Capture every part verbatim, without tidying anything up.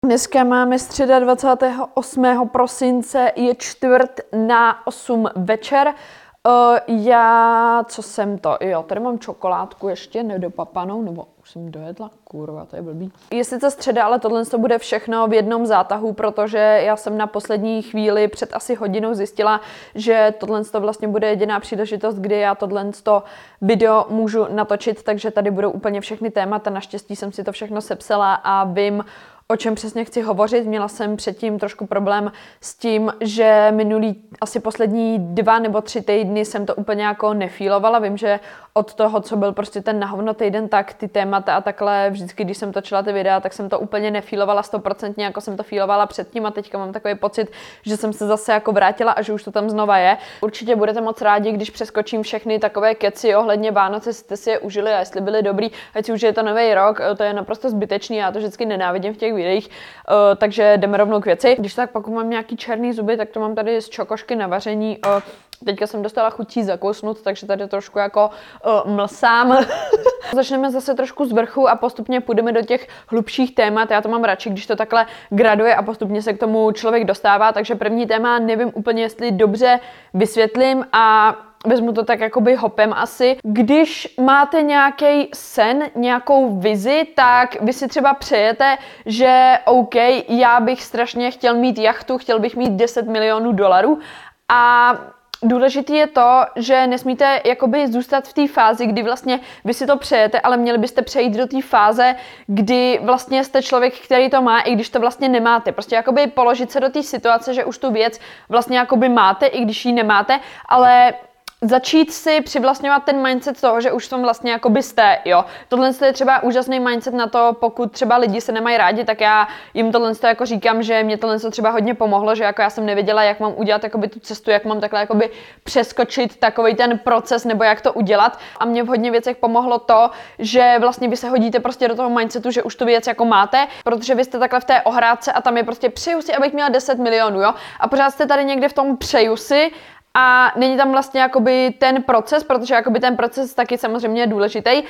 Dneska máme středa dvacátého osmého prosince, je čtvrt na osm večer. Uh, já, co jsem to, jo, tady mám čokoládku ještě nedopapanou, nebo už jsem dojedla, kurva, to je blbý. Je sice středa, ale tohle to bude všechno v jednom zátahu, protože já jsem na poslední chvíli před asi hodinou zjistila, že tohle to vlastně bude jediná příležitost, kdy já tohle video můžu natočit, takže tady budou úplně všechny témata, naštěstí jsem si to všechno sepsala a vím, o čem přesně chci hovořit. Měla jsem předtím trošku problém s tím, že minulý asi poslední dva nebo tři týdny jsem to úplně jako nefílovala. Vím, že od toho, co byl prostě ten nahovno týden, tak ty témata a takhle vždycky, když jsem točila ty videa, tak jsem to úplně nefílovala stoprocentně, jako jsem to fílovala předtím a teďka mám takový pocit, že jsem se zase jako vrátila a že už to tam znova je. Určitě budete moc rádi, když přeskočím všechny takové keci ohledně Vánoce, jestli jste si je užili a jestli byli dobrý, ať si užijete nový rok, to je naprosto zbytečný, já to vždycky nenávidím v těch videích, uh, takže jdeme rovnou k věci. Když tak pokud mám nějaký černý zuby, tak to mám tady z čokošky na vaření. Uh, teďka jsem dostala chutí zakousnout, takže tady trošku jako uh, mlsám. Začneme zase trošku z vrchu a postupně půjdeme do těch hlubších témat. Já to mám radši, když to takhle graduje a postupně se k tomu člověk dostává, takže první téma nevím úplně, jestli dobře vysvětlím a vezmu to tak jakoby hopem asi. Když máte nějaký sen, nějakou vizi, tak vy si třeba přejete, že OK, já bych strašně chtěl mít jachtu, chtěl bych mít deset milionů dolarů a důležitý je to, že nesmíte jakoby zůstat v té fázi, kdy vlastně vy si to přejete, ale měli byste přejít do té fáze, kdy vlastně jste člověk, který to má, i když to vlastně nemáte. Prostě jakoby položit se do té situace, že už tu věc vlastně jakoby máte, i když ji nemáte, ale začít si přivlastňovat ten mindset toho, že už v tom vlastně jakoby jste, jo. Tohle je třeba úžasný mindset na to, pokud třeba lidi se nemají rádi, tak já jim tohle jako říkám, že mě tohle třeba hodně pomohlo, že jako já jsem nevěděla, jak mám udělat jakoby tu cestu, jak mám takhle jakoby přeskočit takový ten proces, nebo jak to udělat. A mě v hodně věcech pomohlo to, že vlastně vy se hodíte prostě do toho mindsetu, že už tu věc jako máte, protože vy jste takhle v té ohrádce a tam je prostě přeju si, abych měla deset milionů, jo. A pořád jste tady někde v tom přeju si. A není tam vlastně jakoby ten proces, protože jakoby ten proces taky samozřejmě je důležitý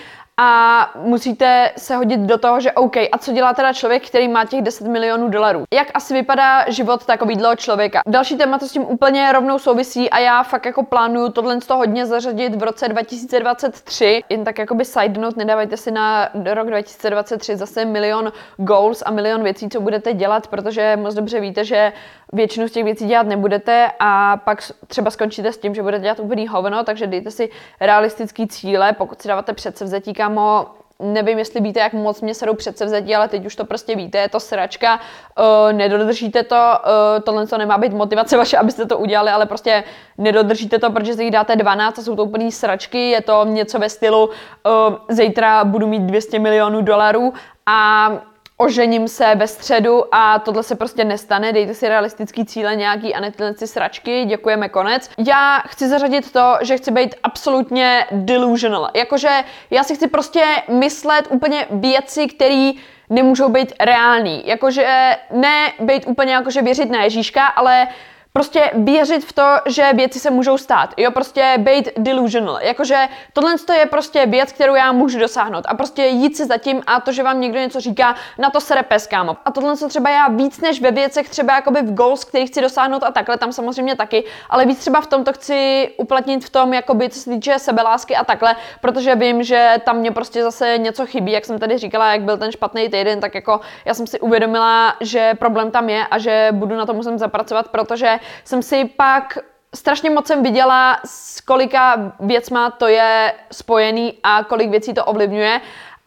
a musíte se hodit do toho, že OK, a co dělá teda člověk, který má těch deset milionů dolarů? Jak asi vypadá život takovýhle člověka? Další téma to s tím úplně rovnou souvisí a já fakt jako plánuju tohle z toho hodně zařadit v roce dva tisíce dvacet tři. Jen tak jakoby side note, nedávajte si na rok dva tisíce dvacet tři zase milion goals a milion věcí, co budete dělat, protože moc dobře víte, že většinu z těch věcí dělat nebudete a pak třeba skončíte s tím, že budete dělat úplný hovno, takže dejte si realistický cíle, pokud si dáváte předsevzetí, kámo, nevím, jestli víte, jak moc mě serou předsevzetí, ale teď už to prostě víte, je to sračka, uh, nedodržíte to, uh, tohle to nemá být motivace vaše, abyste to udělali, ale prostě nedodržíte to, protože si jich dáte dvanáct a jsou to úplný sračky, je to něco ve stylu, uh, zítra budu mít dvě stě milionů dolarů a ožením se ve středu a tohle se prostě nestane, dejte si realistický cíle nějaký a ne tyhle si sračky, děkujeme, konec. Já chci zařadit to, že chci být absolutně delusional, jakože já si chci prostě myslet úplně věci, které nemůžou být reální, jakože ne být úplně jakože věřit na Ježíška, ale prostě věřit v to, že věci se můžou stát, jo, prostě být delusional, jakože tohle je prostě věc, kterou já můžu dosáhnout a prostě jít si za tím a to, že vám někdo něco říká, na to se repes, kámo. A tohle třeba já víc než ve věcech třeba jakoby v goals, který chci dosáhnout a takhle, tam samozřejmě taky, ale víc třeba v tom to chci uplatnit v tom, jakoby co se týče sebelásky a takhle, protože vím, že tam mě prostě zase něco chybí, jak jsem tady říkala, jak byl ten špatný týden, tak jako já jsem si uvědomila, že problém tam je a že budu na to muset zapracovat, protože jsem si pak strašně moc jsem viděla, s kolika věcma to je spojený a kolik věcí to ovlivňuje.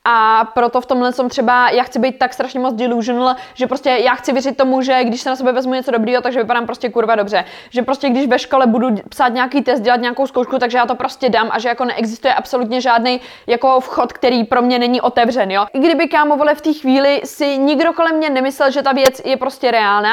A proto v tomhle jsem třeba, já chci být tak strašně moc delusional, že prostě já chci věřit tomu, že když se na sebe vezmu něco dobrýho, takže vypadám prostě kurva dobře. Že prostě když ve škole budu psát nějaký test, dělat nějakou zkoušku, takže já to prostě dám a že jako neexistuje absolutně žádný jako vchod, který pro mě není otevřen, jo. I kdyby, kámo, vole, v té chvíli si nikdo kolem mě nemyslel, že ta věc je prostě reálná,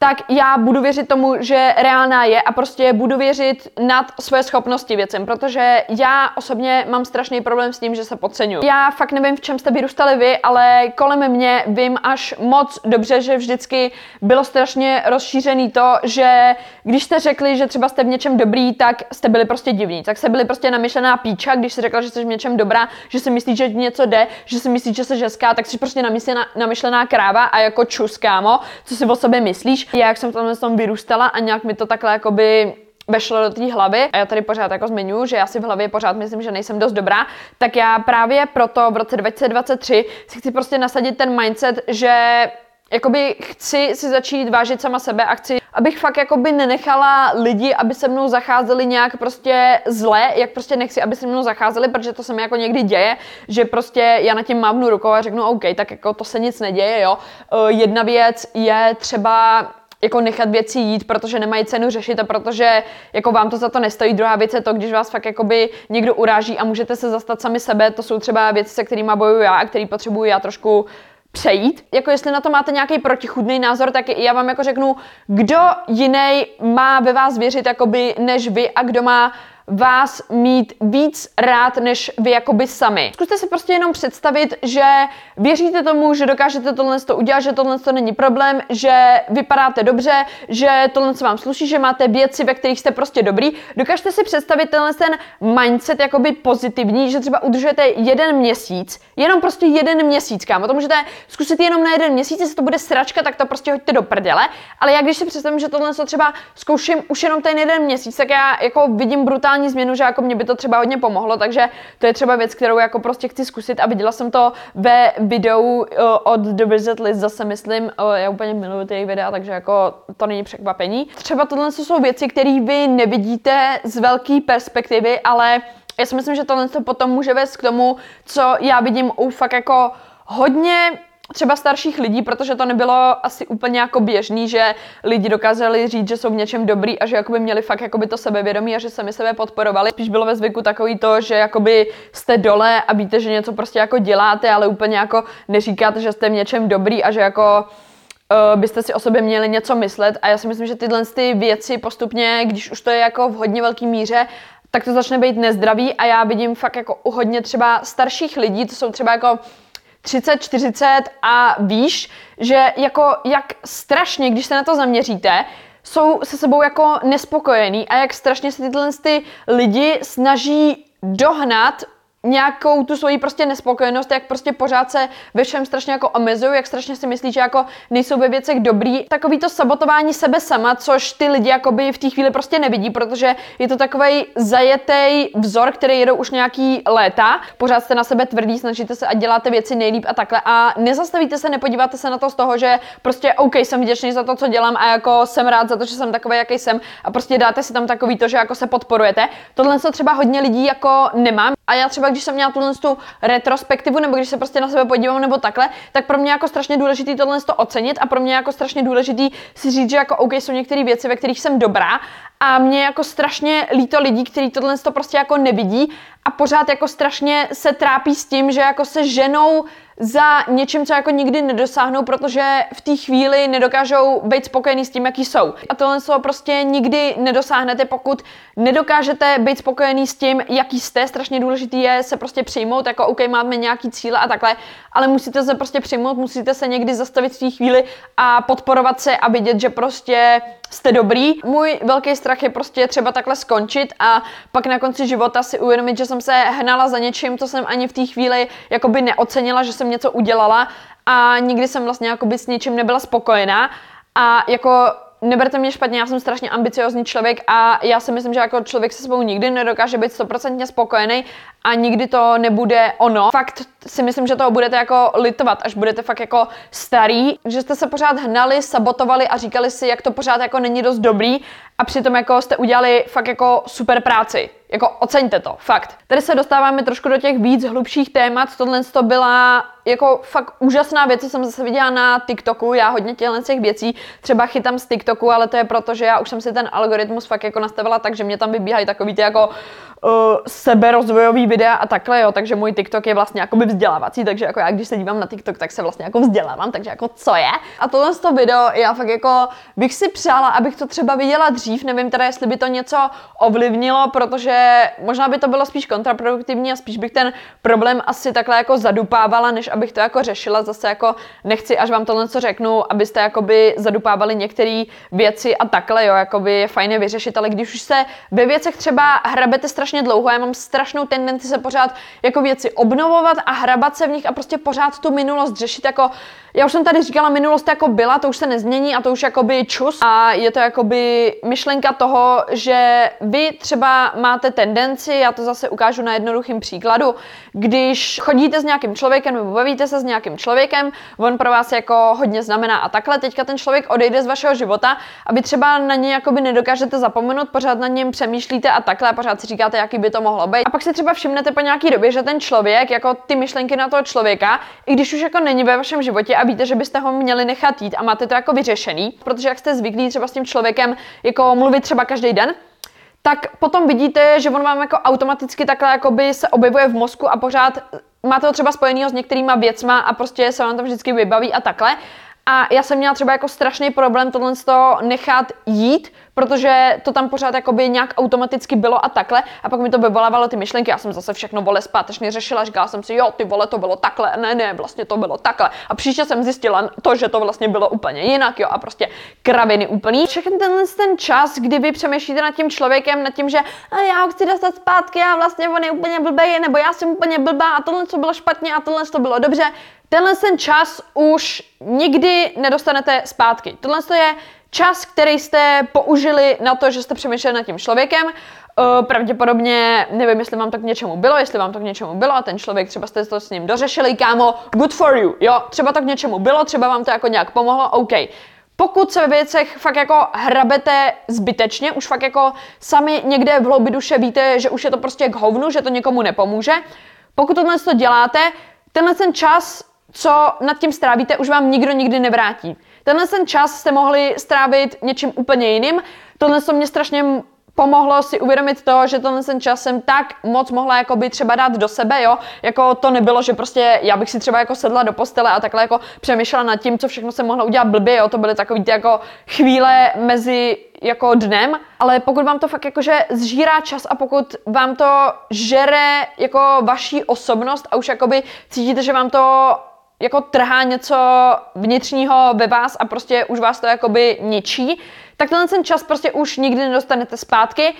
tak já budu věřit tomu, že reálná je a prostě budu věřit nad svoje schopnosti věcem, protože já osobně mám strašný problém s tím, že se podceňuju. Já fakt nevím, v čem jste vyrůstali vy, ale kolem mě vím až moc dobře, že vždycky bylo strašně rozšířený to, že když jste řekli, že třeba jste v něčem dobrý, tak jste byli prostě divní. Tak jste byli prostě namyšlená píča, když jsi řekla, že jsi v něčem dobrá, že si myslíš, že něco jde, že si myslíš, že jsi hezká, tak jsi prostě namyšlená, namyšlená kráva a jako čus, kámo, co si o sobě myslíš. Já jak jsem v tom vyrůstala a nějak mi to takhle jakoby vešlo do té hlavy a já tady pořád jako zmiňuji, že já si v hlavě pořád myslím, že nejsem dost dobrá, tak já právě proto v roce dva tisíce dvacet tři si chci prostě nasadit ten mindset, že jakoby chci si začít vážit sama sebe a chci, abych fakt jakoby nenechala lidi, aby se mnou zacházeli nějak prostě zle, jak prostě nechci, aby se mnou zacházeli, protože to se mi jako někdy děje, že prostě já na tím mávnu rukou a řeknu OK, tak jako to se nic neděje, jo. Jedna věc je třeba jako nechat věci jít, protože nemají cenu řešit a protože jako vám to za to nestojí. Druhá věc je to, když vás fakt jakoby někdo uráží a můžete se zastat sami sebe, to jsou třeba věci, se kterými bojuju já a který potřebuju já trošku přejít. Jako jestli na to máte nějaký protichůdný názor, tak já vám jako řeknu, kdo jiný má ve vás věřit jakoby než vy a kdo má vás mít víc rád, než vy jakoby sami. Zkuste si prostě jenom představit, že věříte tomu, že dokážete tohle to udělat, že tohle to není problém, že vypadáte dobře, že tohle vám sluší, že máte věci, ve kterých jste prostě dobrý. Dokážete si představit tenhle ten mindset jakoby pozitivní, že třeba udržujete jeden měsíc, jenom prostě jeden měsíc, kámo. To můžete zkusit jenom na jeden měsíc, jestli to bude sračka, tak to prostě hoďte do prdele. Ale já když si představím, že tohle to třeba zkouším už jenom ten jeden měsíc, tak já jako vidím brutální změnu, že jako mě by to třeba hodně pomohlo, takže to je třeba věc, kterou jako prostě chci zkusit a viděla jsem to ve videu uh, od The Wizard List, zase myslím, uh, já úplně miluju ty videa, takže jako to není překvapení. Třeba tohle jsou věci, které vy nevidíte z velké perspektivy, ale já si myslím, že tohle potom může vést k tomu, co já vidím u fakt jako hodně třeba starších lidí, protože to nebylo asi úplně jako běžný, že lidi dokázali říct, že jsou v něčem dobrý a že jakoby měli fakt jakoby to sebevědomí a že sami sebe podporovali. Spíš bylo ve zvyku takový to, že jakoby jste dole a víte, že něco prostě jako děláte, ale úplně jako neříkáte, že jste v něčem dobrý a že jako uh, byste si o sobě měli něco myslet. A já si myslím, že tyhle ty věci postupně, když už to je jako v hodně velké míře, tak to začne být nezdravý a já vidím fakt jako u hodně třeba starších lidí, to jsou třeba jako třicet, čtyřicet a výš, že jako jak strašně, když se na to zaměříte, jsou se sebou jako nespokojení a jak strašně se tyhle ty lidi snaží dohnat nějakou tu svoji prostě nespokojenost, jak prostě pořád se ve všem strašně jako omezují, jak strašně si myslí, že jako nejsou ve věcech dobrý. Takový to sabotování sebe sama, což ty lidi jakoby v té chvíli prostě nevidí, protože je to takovej zajetý vzor, který jedou už nějaký léta. Pořád jste na sebe tvrdí, snažíte se a děláte věci nejlíp a takhle a nezastavíte se, nepodíváte se na to z toho, že prostě OK, jsem vděčný za to, co dělám a jako jsem rád za to, že jsem takový, jaký jsem a prostě dáte si tam takový to, že jako se podporujete. Tohle co třeba hodně lidí jako nemám a já třeba když jsem měla tuhle tu retrospektivu, nebo když se prostě na sebe podívám, nebo takhle, tak pro mě jako strašně důležitý tohle to ocenit a pro mě jako strašně důležitý si říct, že jako OK, jsou některé věci, ve kterých jsem dobrá a mě jako strašně líto lidí, kteří tohle to prostě jako nevidí a pořád jako strašně se trápí s tím, že jako se ženou za něčím, co jako nikdy nedosáhnou, protože v té chvíli nedokážou být spokojení s tím, jaký jsou. A tohle co prostě nikdy nedosáhnete, pokud nedokážete být spokojení s tím, jaký jste. Strašně důležitý je se prostě přijmout, jako OK, máme nějaký cíle a takhle, ale musíte se prostě přijmout, musíte se někdy zastavit v té chvíli a podporovat se a vidět, že prostě jste dobrý. Můj velký strach je prostě třeba takhle skončit a pak na konci života si uvědomit, že jsem se hnala za něčím, co jsem ani v té chvíli jakoby neocenila, že jsem něco udělala a nikdy jsem vlastně jakoby s ničím nebyla spokojená a jako neberte mě špatně, já jsem strašně ambiciozní člověk a já si myslím, že jako člověk se sebou nikdy nedokáže být stoprocentně spokojený a nikdy to nebude ono. Fakt si myslím, že toho budete jako litovat, až budete fakt jako starý, že jste se pořád hnali, sabotovali a říkali si, jak to pořád jako není dost dobrý a přitom jako jste udělali fakt jako super práci. Jako oceňte to, fakt. Tady se dostáváme trošku do těch víc hlubších témat. Tohle to byla jako fakt úžasná věc, co jsem zase viděla na TikToku. Já hodně těchto těch věcí třeba chytám z TikToku, ale to je proto, že já už jsem si ten algoritmus fakt jako nastavila tak, že mě tam vybíhají takový ty jako uh, seberozvojový videa a takhle, jo, takže můj TikTok je vlastně jakoby vzdělávací, takže jako já když se dívám na TikTok, tak se vlastně jako vzdělávám, takže jako co je? A tohle to video já fakt jako bych si přála, abych to třeba viděla dřív, nevím teda, jestli by to něco ovlivnilo, protože možná by to bylo spíš kontraproduktivní a spíš bych ten problém asi takhle jako zadupávala, než abych to jako řešila. Zase jako nechci, až vám tohle co řeknu, abyste jakoby zadupávali některé věci a takhle, jo, jakoby je fajn je vyřešit, ale když už se ve věcech třeba hrabete strašně dlouho, já mám strašnou tendenci se pořád jako věci obnovovat a hrabat se v nich a prostě pořád tu minulost řešit, jako já už jsem tady říkala, minulost jako byla, to už se nezmění a to už jakoby čus a je to jakoby myšlenka toho, že vy třeba máte tendenci, já to zase ukážu na jednoduchém příkladu, když chodíte s nějakým člověkem nebo bavíte se s nějakým člověkem, on pro vás jako hodně znamená a takhle, teďka ten člověk odejde z vašeho života a vy třeba na něj jakoby nedokážete zapomenout, pořád na něm přemýšlíte a takhle a pořád si říkáte, jaký by to mohlo být. A pak si třeba všimnete po nějaký době, že ten člověk, jako ty myšlenky na toho člověka, i když už jako není ve vašem životě a víte, že byste ho měli nechat jít a máte to jako vyřešený, protože jak jste zvyklí třeba s tím člověkem jako mluvit třeba každý den, tak potom vidíte, že on vám jako automaticky takhle jakoby se objevuje v mozku a pořád máte ho třeba spojenýho s některýma věcma a prostě se vám to vždycky vybaví a takhle. A já jsem měla třeba jako strašný problém tohle z toho nechat jít, protože to tam pořád jakoby nějak automaticky bylo a takhle. A pak mi to vyvolávalo ty myšlenky, já jsem zase všechno vole zpátečně řešila, říkala jsem si, jo, ty vole, to bylo takhle, ne, ne, vlastně to bylo takhle. A příště jsem zjistila to, že to vlastně bylo úplně jinak, jo, a prostě kraviny úplný. Všechny tenhle ten čas, kdy vy přemýšlíte nad tím člověkem, nad tím, že a já ho chci dostat zpátky a vlastně on je úplně blbej, nebo já jsem úplně blbá a tohle co bylo špatně a tohle to bylo dobře. Tenhle ten čas už nikdy nedostanete zpátky. Tohle je čas, který jste použili na to, že jste přemýšleli nad tím člověkem. Uh, pravděpodobně, nevím, jestli vám to k něčemu bylo, jestli vám to k něčemu bylo a ten člověk, třeba jste to s ním dořešili, kámo, good for you, jo, třeba to k něčemu bylo, třeba vám to jako nějak pomohlo, OK. Pokud se ve věcech fakt jako hrabete zbytečně, už fakt jako sami někde v hloubi duše víte, že už je to prostě k hovnu, že to někomu nepomůže, pokud tohle to děláte, tenhle ten čas, co nad tím strávíte, už vám nikdo nikdy nevrátí. Tenhle ten čas jste mohli strávit něčím úplně jiným. Tohle to mě strašně pomohlo si uvědomit to, že tenhle ten čas jsem tak moc mohla jakoby třeba dát do sebe, jo. Jako to nebylo, že prostě já bych si třeba jako sedla do postele a takhle jako přemýšlela nad tím, co všechno jsem mohla udělat blbě, jo. To byly takový ty jako chvíle mezi jako dnem, ale pokud vám to fakt jakože zžírá čas a pokud vám to žere jako vaší osobnost a už jakoby cítíte, že vám to jako trhá něco vnitřního ve vás a prostě už vás to jakoby ničí, tak tenhle ten čas prostě už nikdy nedostanete zpátky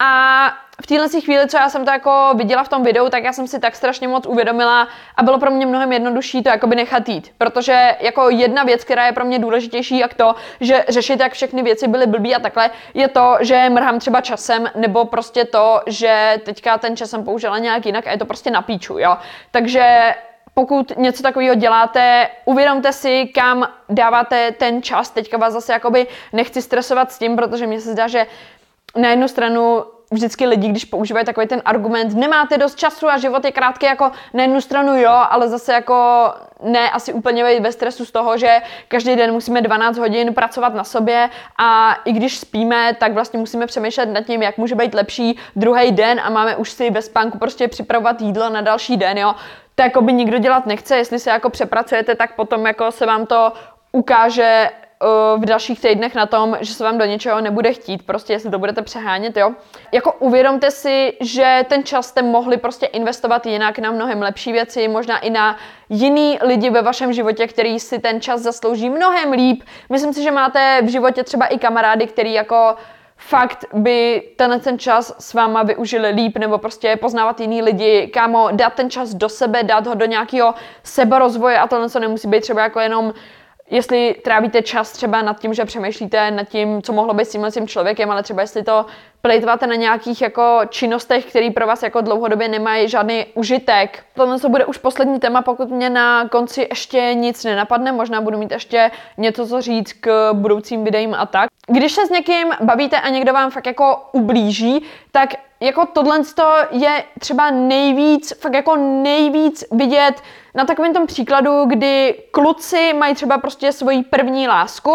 a v téhle chvíli, co já jsem to jako viděla v tom videu, tak já jsem si tak strašně moc uvědomila a bylo pro mě mnohem jednodušší to jakoby nechat jít, protože jako jedna věc, která je pro mě důležitější, jak to, že řešit, jak všechny věci byly blbý a takhle, je to, že mrhám třeba časem, nebo prostě to, že teďka ten čas jsem použila nějak jinak a je to prostě na píču, jo. Takže pokud něco takového děláte, uvědomte si, kam dáváte ten čas. Teďka vás zase jakoby nechci stresovat s tím, protože mně se zdá, že na jednu stranu vždycky lidi, když používají takový ten argument, nemáte dost času a život je krátký, jako na jednu stranu jo, ale zase jako ne asi úplně být ve stresu z toho, že každý den musíme dvanáct hodin pracovat na sobě a i když spíme, tak vlastně musíme přemýšlet nad tím, jak může být lepší druhý den a máme už si bez spánku prostě připravovat jídlo na další den, jo. To jako by nikdo dělat nechce, jestli se jako přepracujete, tak potom jako se vám to ukáže uh, v dalších týdnech na tom, že se vám do něčeho nebude chtít, prostě jestli to budete přehánět, jo. Jako uvědomte si, že ten čas jste mohli prostě investovat jinak na mnohem lepší věci, možná i na jiný lidi ve vašem životě, který si ten čas zaslouží mnohem líp. Myslím si, že máte v životě třeba i kamarády, který jako fakt by tenhle ten čas s váma využili líp, nebo prostě poznávat jiný lidi, kámo, dát ten čas do sebe, dát ho do nějakého seberozvoje a tohle, co nemusí být třeba jako jenom, jestli trávíte čas třeba nad tím, že přemýšlíte nad tím, co mohlo být s tímhle člověkem, ale třeba jestli to plejtváte na nějakých jako činnostech, které pro vás jako dlouhodobě nemají žádný užitek. Tohle to bude už poslední téma, pokud mě na konci ještě nic nenapadne, možná budu mít ještě něco co říct k budoucím videím a tak. Když se s někým bavíte a někdo vám fakt jako ublíží, tak jako tohle je třeba nejvíc, fakt jako nejvíc vidět na takovém tom příkladu, kdy kluci mají třeba prostě svoji první lásku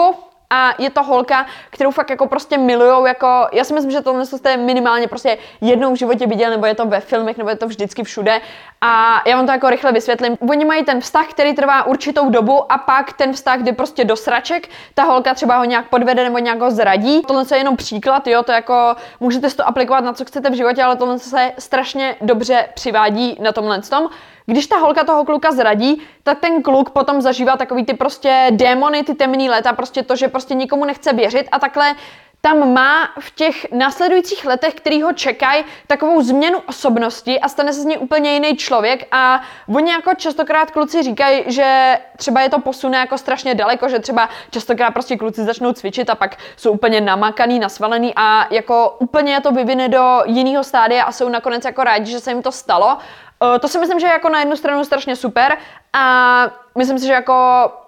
a je to holka, kterou fakt jako prostě milujou, jako, já si myslím, že tohle jste minimálně prostě jednou v životě viděl, nebo je to ve filmech, nebo je to vždycky všude a já vám to jako rychle vysvětlím. Oni mají ten vztah, který trvá určitou dobu a pak ten vztah jde prostě do sraček, ta holka třeba ho nějak podvede nebo nějak ho zradí. Tohle je jenom příklad, jo, to jako můžete si to aplikovat na co chcete v životě, ale tohle se strašně dobře přivádí na tomhle tom. Když ta holka toho kluka zradí, tak ten kluk potom zažívá takový ty prostě démony, ty temný léta, prostě to, že prostě nikomu nechce věřit a takhle tam má v těch následujících letech, který ho čekají, takovou změnu osobnosti a stane se z něj úplně jiný člověk a oni jako častokrát kluci říkají, že třeba je to posune jako strašně daleko, že třeba častokrát prostě kluci začnou cvičit a pak jsou úplně namakaný, nasvalený a jako úplně to vyvine do jiného stádia a jsou nakonec jako rádi, že se jim to stalo. To si myslím, že je jako na jednu stranu strašně super a myslím si, že jako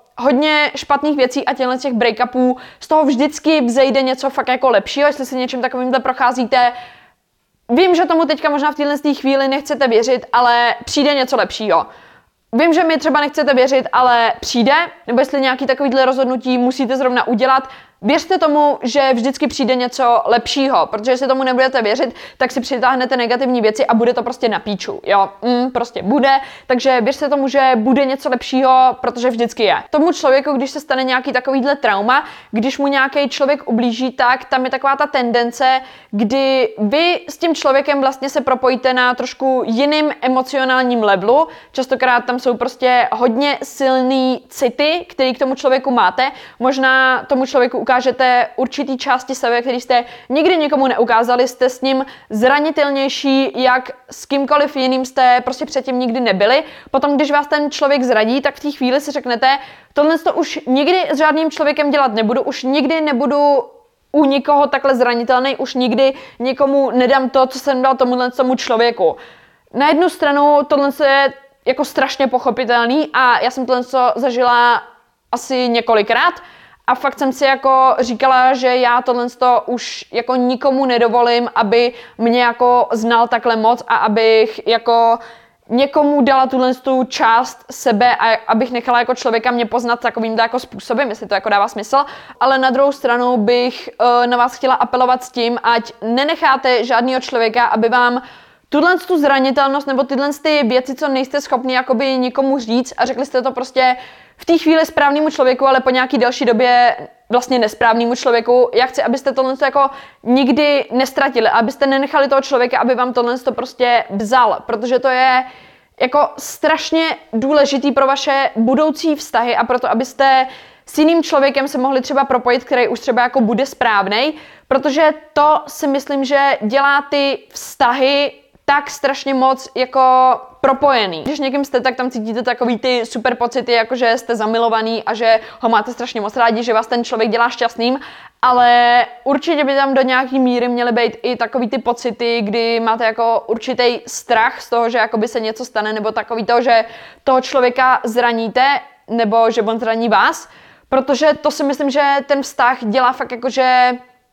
hodně špatných věcí a těchto těch breakupů z toho vždycky vzejde něco fakt jako lepšího, jestli si něčím takovýmhle procházíte. Vím, že tomu teďka možná v této chvíli nechcete věřit, ale přijde něco lepšího. Vím, že mi třeba nechcete věřit, ale přijde, nebo jestli nějaký takovýhle rozhodnutí musíte zrovna udělat, věřte tomu, že vždycky přijde něco lepšího, protože jestli tomu nebudete věřit, tak si přitáhnete negativní věci a bude to prostě na píču, jo, mm, prostě bude, takže věřte tomu, že bude něco lepšího, protože vždycky je. Tomu člověku, když se stane nějaký takovýhle trauma, když mu nějaký člověk ublíží, tak tam je taková ta tendence, kdy vy s tím člověkem vlastně se propojíte na trošku jiným emocionálním levelu, častokrát tam jsou prostě hodně silný city, který k tomu člověku máte, možná tomu člověku ukážete určitý části sebe, který jste nikdy nikomu neukázali, jste s ním zranitelnější, jak s kýmkoliv jiným jste prostě předtím nikdy nebyli. Potom, když vás ten člověk zradí, tak v té chvíli si řeknete, tohle to už nikdy s žádným člověkem dělat nebudu, už nikdy nebudu u nikoho takhle zranitelný, už nikdy nikomu nedám to, co jsem dal tomuhle tomu člověku. Na jednu stranu tohle je jako strašně pochopitelný a já jsem tohle zažila asi několikrát, a fakt jsem si jako říkala, že já tohle už jako nikomu nedovolím, aby mě jako znal takhle moc a abych jako někomu dala tuhle část sebe a abych nechala jako člověka mě poznat takovýmhle jako způsobem, jestli to jako dává smysl. Ale na druhou stranu bych uh, na vás chtěla apelovat s tím, ať nenecháte žádného člověka, aby vám tuhle tu zranitelnost nebo tyhle ty věci, co nejste schopni jakoby nikomu říct a řekli jste to prostě v té chvíli správnému člověku, ale po nějaký delší době vlastně nesprávnému člověku. Já chci, abyste tohle jako nikdy nestratili, abyste nenechali toho člověka, aby vám tohle prostě vzal, protože to je jako strašně důležitý pro vaše budoucí vztahy a proto, abyste s jiným člověkem se mohli třeba propojit, který už třeba jako bude správnej, protože to si myslím, že dělá ty vztahy tak strašně moc jako propojený. Když někým jste, tak tam cítíte takový ty super pocity, jako že jste zamilovaný a že ho máte strašně moc rádi, že vás ten člověk dělá šťastným, ale určitě by tam do nějaký míry měly být i takový ty pocity, kdy máte jako určitý strach z toho, že jakoby se něco stane, nebo takový to, že toho člověka zraníte, nebo že on zraní vás, protože to si myslím, že ten vztah dělá fakt jakože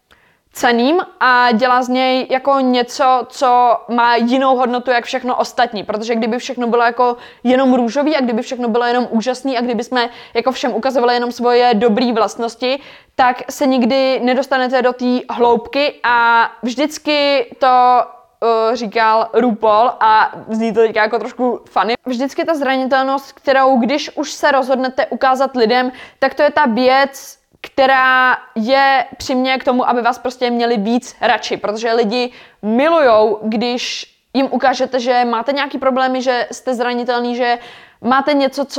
ceným a dělá z něj jako něco, co má jinou hodnotu jak všechno ostatní, protože kdyby všechno bylo jako jenom růžový a kdyby všechno bylo jenom úžasný a kdyby jsme jako všem ukazovali jenom svoje dobré vlastnosti, tak se nikdy nedostanete do té hloubky a vždycky to uh, říkal RuPaul a zní to teďka jako trošku funny. Vždycky ta zranitelnost, kterou když už se rozhodnete ukázat lidem, tak to je ta věc, která je přiměje k tomu, aby vás prostě měli víc radši, protože lidi milujou, když jim ukážete, že máte nějaký problémy, že jste zranitelný, že máte něco, co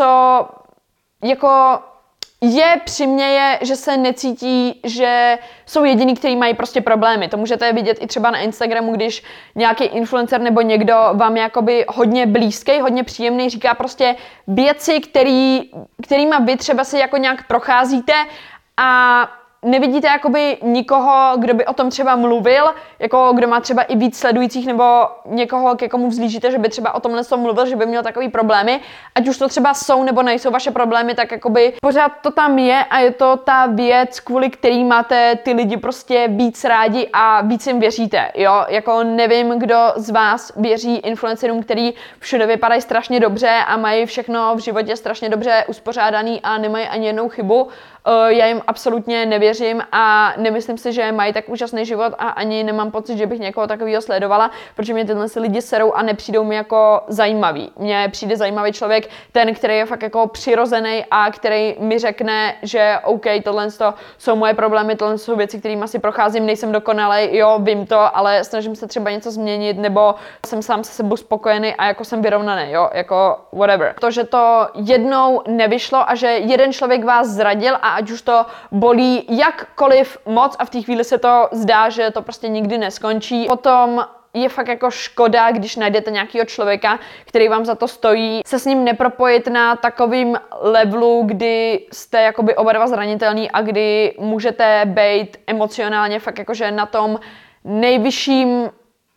jako je přiměje, že se necítí, že jsou jediný, kteří mají prostě problémy. To můžete vidět i třeba na Instagramu, když nějaký influencer nebo někdo vám je jakoby hodně blízký, hodně příjemný, říká prostě věci, který, kterýma vy třeba si jako nějak procházíte a nevidíte jakoby nikoho, kdo by o tom třeba mluvil, jako kdo má třeba i víc sledujících nebo někoho, ke komu vzlížíte, že by třeba o tomhle tom mluvil, že by měl takový problémy, ať už to třeba jsou nebo nejsou vaše problémy, tak jakoby pořád to tam je a je to ta věc, kvůli který máte ty lidi prostě víc rádi a víc jim věříte, jo, jako nevím, kdo z vás věří influencerům, který všude vypadají strašně dobře a mají všechno v životě strašně dobře uspořádaný a nemají ani jednou chybu. já jim absolutně nevěřím a nemyslím si, že mají tak úžasný život a ani nemám pocit, že bych někoho takového sledovala, protože mě tyhle lidi serou a nepřijdou mi jako zajímavý. Mně přijde zajímavý člověk, ten, který je fakt jako přirozený a který mi řekne, že OK, tohle jsou moje problémy, tohle jsou věci, kterými asi procházím, nejsem dokonalej, jo, vím to, ale snažím se třeba něco změnit, nebo jsem sám se sebou spokojený a jako jsem vyrovnaný, jo, jako whatever. To, že to jednou nevyšlo a že jeden člověk vás zradil a ať už to bolí jakkoliv moc a v té chvíli se to zdá, že to prostě nikdy neskončí, potom je fakt jako škoda, když najdete nějakého člověka, který vám za to stojí, se s ním nepropojit na takovým levelu, kdy jste jakoby oba dva zranitelný a kdy můžete být emocionálně fakt jakože na tom nejvyšším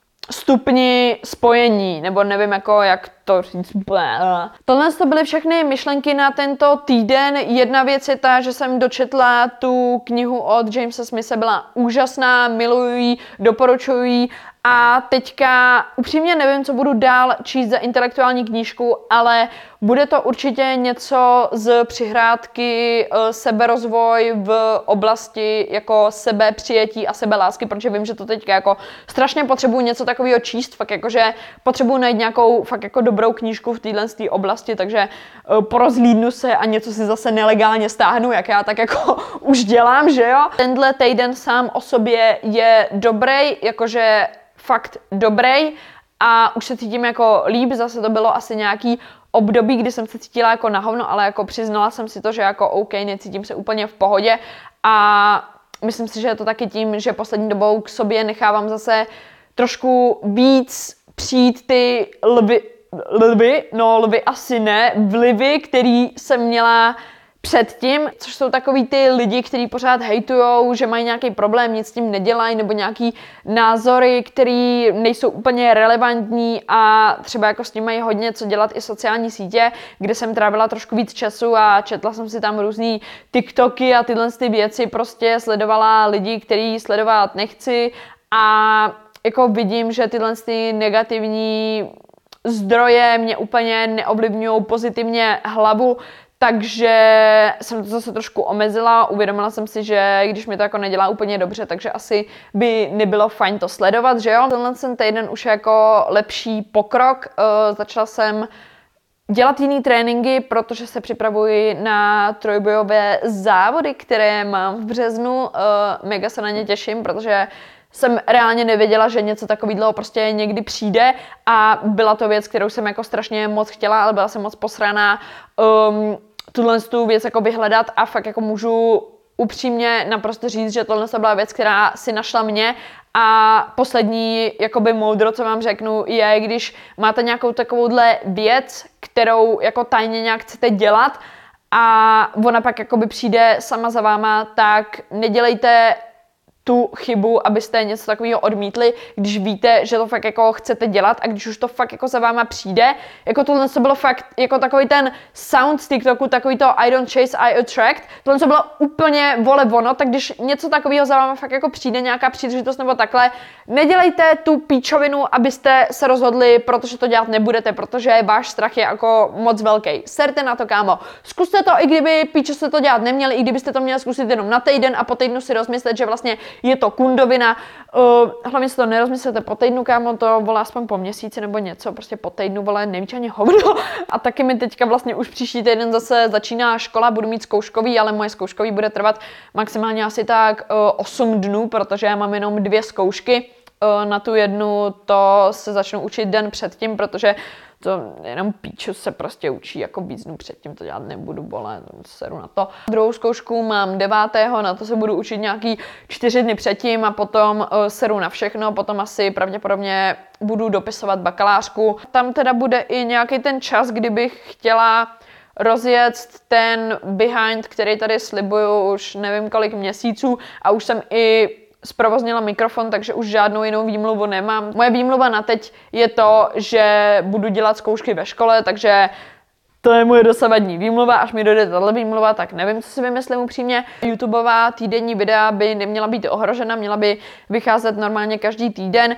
stupni spojení, nebo nevím jako, jak to říct. Tohle to byly všechny myšlenky na tento týden. Jedna věc je ta, že jsem dočetla tu knihu od Jamesa Smitha, byla úžasná, miluji ji, doporučuji ji. A teďka upřímně nevím, co budu dál číst za intelektuální knížku, ale bude to určitě něco z přihrádky seberozvoj v oblasti jako sebepřijetí a sebelásky, protože vím, že to teďka jako strašně potřebuji něco takového číst, fakt jakože potřebuji najít nějakou fakt jako dobrou knížku v téhle oblasti, takže porozhlídnu se a něco si zase nelegálně stáhnu, jak já tak jako už dělám, že jo. Tenhle týden sám o sobě je dobrý, jakože fakt dobrý a už se cítím jako líp, zase to bylo asi nějaký období, kdy jsem se cítila jako na hovno, ale jako přiznala jsem si to, že jako OK, necítím se úplně v pohodě a myslím si, že je to taky tím, že poslední dobou k sobě nechávám zase trošku víc přijít ty lvy, lvy, no lvy asi ne, vlivy, který jsem měla předtím, což jsou takový ty lidi, kteří pořád hejtujou, že mají nějaký problém, nic s tím nedělají, nebo nějaký názory, které nejsou úplně relevantní a třeba jako s tím mají hodně co dělat i sociální sítě, kde jsem trávila trošku víc času a četla jsem si tam různý TikToky a tyhle ty věci, prostě sledovala lidi, který sledovat nechci a jako vidím, že tyhle ty negativní zdroje mě úplně neovlivňují pozitivně hlavu, takže jsem to zase trošku omezila, uvědomila jsem si, že když mi to jako nedělá úplně dobře, takže asi by nebylo fajn to sledovat, že jo. Tenhle ten týden už je jako lepší pokrok, uh, začala jsem dělat jiný tréninky, protože se připravuji na trojbojové závody, které mám v březnu, uh, mega se na ně těším, protože jsem reálně nevěděla, že něco takového prostě někdy přijde a byla to věc, kterou jsem jako strašně moc chtěla, ale byla jsem moc posraná um, tuhle tu věc jako vyhledat a fakt jako můžu upřímně naprosto říct, že tohle byla věc, která si našla mě a poslední jakoby moudro, co vám řeknu, je, když máte nějakou takovouhle věc, kterou jako tajně nějak chcete dělat a ona pak jakoby přijde sama za váma, tak nedělejte tu chybu, abyste něco takového odmítli, když víte, že to fakt jako chcete dělat a když už to fakt jako za váma přijde. Jako tohle to bylo fakt jako takový ten sound z TikToku, takový to I don't chase, I attract. Tohle to bylo úplně vole ono, tak když něco takového za váma fakt jako přijde, nějaká příležitost nebo takhle, nedělejte tu píčovinu, abyste se rozhodli, protože to dělat nebudete, protože váš strach je jako moc velký. Serte na to, kámo. Zkuste to, i kdyby píčo se to dělat neměli, i kdybyste to měli zkusit jenom na týden a po týdnu si rozmyslet, že vlastně je to kundovina. Uh, hlavně si to nerozmyslete po týdnu, kámo, to volá aspoň po měsíci nebo něco, prostě po týdnu, vole, nevíš ani hovno. A taky mi teďka vlastně už příští týden zase začíná škola, budu mít zkouškový, ale moje zkouškový bude trvat maximálně asi tak uh, osm dnů, protože já mám jenom dvě zkoušky. Uh, na tu jednu to se začnu učit den předtím, protože to jenom píču se prostě učí, jako víc dnů předtím to dělat nebudu, bole, seru na to. Druhou zkoušku mám devátého, na to se budu učit nějaký čtyři dny předtím a potom uh, seru na všechno, potom asi pravděpodobně budu dopisovat bakalářku. Tam teda bude i nějaký ten čas, kdybych chtěla rozjet ten behind, který tady slibuju už nevím kolik měsíců a už jsem i zprovoznila mikrofon, takže už žádnou jinou výmluvu nemám. Moje výmluva na teď je to, že budu dělat zkoušky ve škole, takže To je moje dosavadní výmluva, až mi dojde tahle výmluva, tak nevím, co si vymyslím upřímně. YouTubeová týdenní videa by neměla být ohrožena, měla by vycházet normálně každý týden.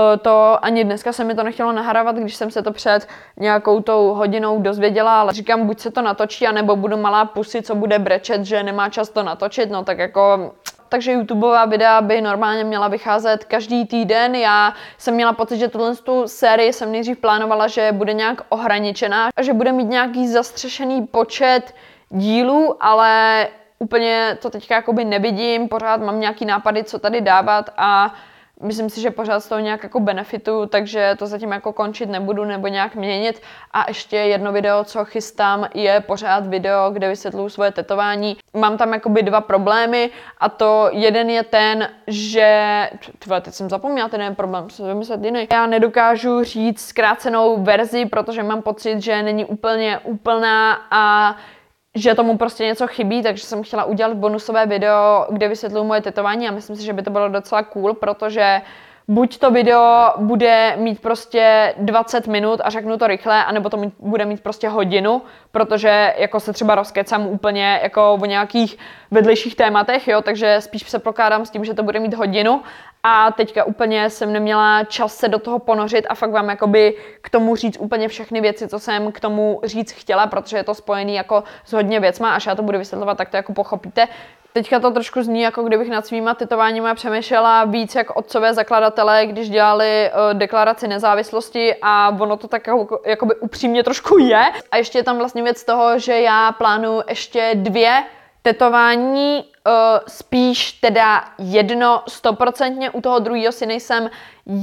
To ani dneska se mi to nechtělo nahrávat, když jsem se to před nějakou tou hodinou dozvěděla, ale říkám, buď se to natočí, anebo budu malá pusy, co bude brečet, že nemá čas to natočit, no tak jako... Takže YouTubeová videa by normálně měla vycházet každý týden. Já jsem měla pocit, že tuhle tu sérii jsem nejdřív plánovala, že bude nějak ohraničená a že bude mít nějaký zastřešený počet dílů, ale úplně to teďka jakoby nevidím, pořád mám nějaký nápady, co tady dávat a myslím si, že pořád z toho nějak jako benefitu, takže to zatím jako končit nebudu nebo nějak měnit. A ještě jedno video, co chystám, je pořád video, kde vysvětluju svoje tetování. Mám tam jakoby dva problémy a to jeden je ten, že... Tvoje, teď jsem zapomněla ten jeden problém, se vymyslet jiný. Já nedokážu říct zkrácenou verzi, protože mám pocit, že není úplně úplná a že tomu prostě něco chybí, takže jsem chtěla udělat bonusové video, kde vysvětluji moje tetování a myslím si, že by to bylo docela cool, protože buď to video bude mít prostě dvacet minut a řeknu to rychle, anebo to mít, bude mít prostě hodinu, protože jako se třeba rozkecám úplně jako o nějakých vedlejších tématech, jo, takže spíš se prokládám s tím, že to bude mít hodinu a teďka úplně jsem neměla čas se do toho ponořit a fakt vám jakoby k tomu říct úplně všechny věci, co jsem k tomu říct chtěla, protože je to spojený jako s hodně věcma, až já to budu vysvětlovat, tak to jako pochopíte. Teďka to trošku zní, jako kdybych nad svýma tetováníma přemýšlela víc jak otcové zakladatelé, když dělali uh, deklaraci nezávislosti a ono to tak jako, jakoby upřímně trošku je. A ještě je tam vlastně věc toho, že já plánuju ještě dvě tetování, uh, spíš teda jedno stoprocentně, u toho druhého si nejsem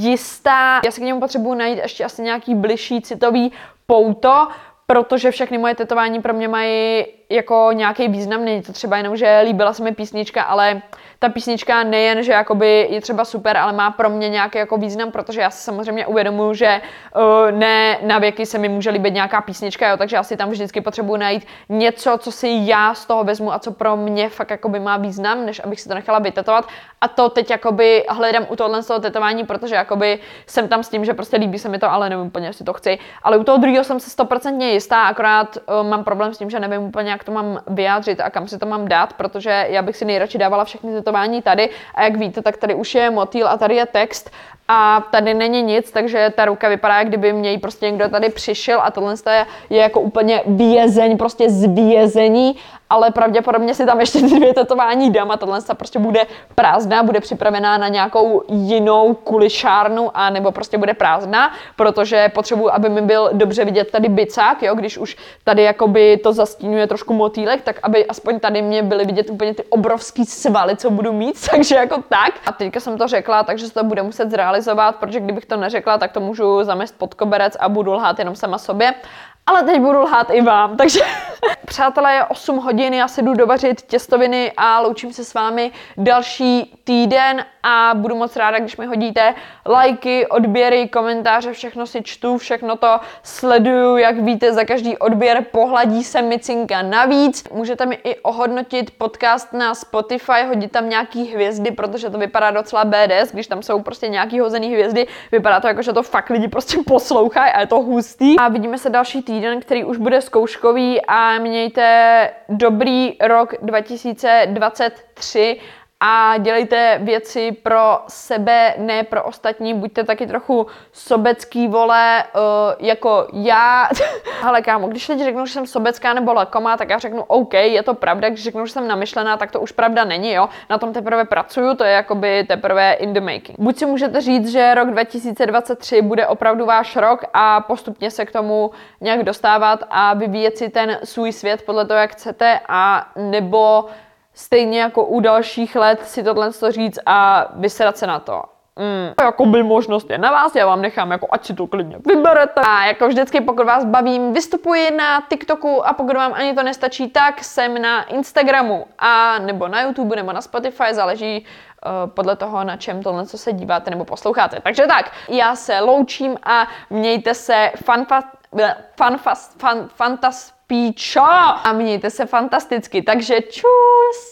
jistá. Já si k němu potřebuji najít ještě asi nějaký bližší citový pouto, protože všechny moje tetování pro mě mají jako nějaký význam, není to třeba jenom, že líbila se mi písnička, ale ta písnička nejen, že jakoby je třeba super, ale má pro mě nějaký jako význam, protože já si samozřejmě uvědomuji, že uh, ne na věky se mi může líbit nějaká písnička, jo, takže já si tam vždycky potřebuji najít něco, co si já z toho vezmu a co pro mě fakt jakoby má význam, než abych si to nechala vytetovat. A to teď jakoby hledám u tohohle z toho tetování, protože jakoby jsem tam s tím, že prostě líbí se mi to, ale nevím úplně, jestli to chci. Ale u toho druhého jsem se stoprocentně jistá, akorát uh, mám problém s tím, že nevím úplně, jak to mám vyjádřit a kam si to mám dát, protože já bych si nejradši dávala všechny tetování tady a jak víte, tak tady už je motýl a tady je text a tady není nic, takže ta ruka vypadá, jak kdyby mě prostě někdo tady přišel a tohle je, je jako úplně vězeň, prostě z vězení, ale pravděpodobně si tam ještě dvě tetování dám a tohle prostě bude prázdná, bude připravená na nějakou jinou kulišárnu a nebo prostě bude prázdná, protože potřebuji, aby mi byl dobře vidět tady bicák, jo, když už tady jakoby to zastínuje trošku motýlek, tak aby aspoň tady mě byly vidět úplně ty obrovský svaly, co budu mít, takže jako tak. A teďka jsem to řekla, takže se to bude muset zrealizovat, protože kdybych to neřekla, tak to můžu zamést pod koberec a budu lhát jenom sama sobě. Ale teď budu lhát i vám, takže přátelé, je osm hodin, já si jdu dovařit těstoviny a loučím se s vámi další týden a budu moc ráda, když mi hodíte lajky, odběry, komentáře, všechno si čtu, všechno to sleduju, jak víte, za každý odběr pohladí se micinka navíc. Můžete mi i ohodnotit podcast na Spotify, hodit tam nějaký hvězdy, protože to vypadá docela bé dé es, když tam jsou prostě nějaký hozený hvězdy, vypadá to jako, že to fakt lidi prostě poslouchají a je to hustý. A vidíme se další týden, který už bude zkouškový a mějte dobrý rok dva tisíce dvacet tři a dělejte věci pro sebe, ne pro ostatní, buďte taky trochu sobecký, vole, uh, jako já. Ale kámo, když lidi řeknou, že jsem sobecká nebo lakomá, tak já řeknu OK, je to pravda, když řeknu, že jsem namyšlená, tak to už pravda není, jo. Na tom teprve pracuju, to je jakoby teprve in the making. Buď si můžete říct, že rok dva tisíce dvacet tři bude opravdu váš rok a postupně se k tomu nějak dostávat a vyvíjet si ten svůj svět podle toho, jak chcete, a nebo stejně jako u dalších let si tohle říct a vysedat se na to. Mm. Jakoby možnost je na vás, já vám nechám, jako ať si to klidně vyberete. A jako vždycky, pokud vás bavím, vystupuji na TikToku a pokud vám ani to nestačí, tak jsem na Instagramu a nebo na YouTube nebo na Spotify, záleží uh, podle toho, na čem tohle co se díváte nebo posloucháte. Takže tak, já se loučím a mějte se fanfa, fanfas, fan, fantas, píčo! A mějte se fantasticky, takže čus!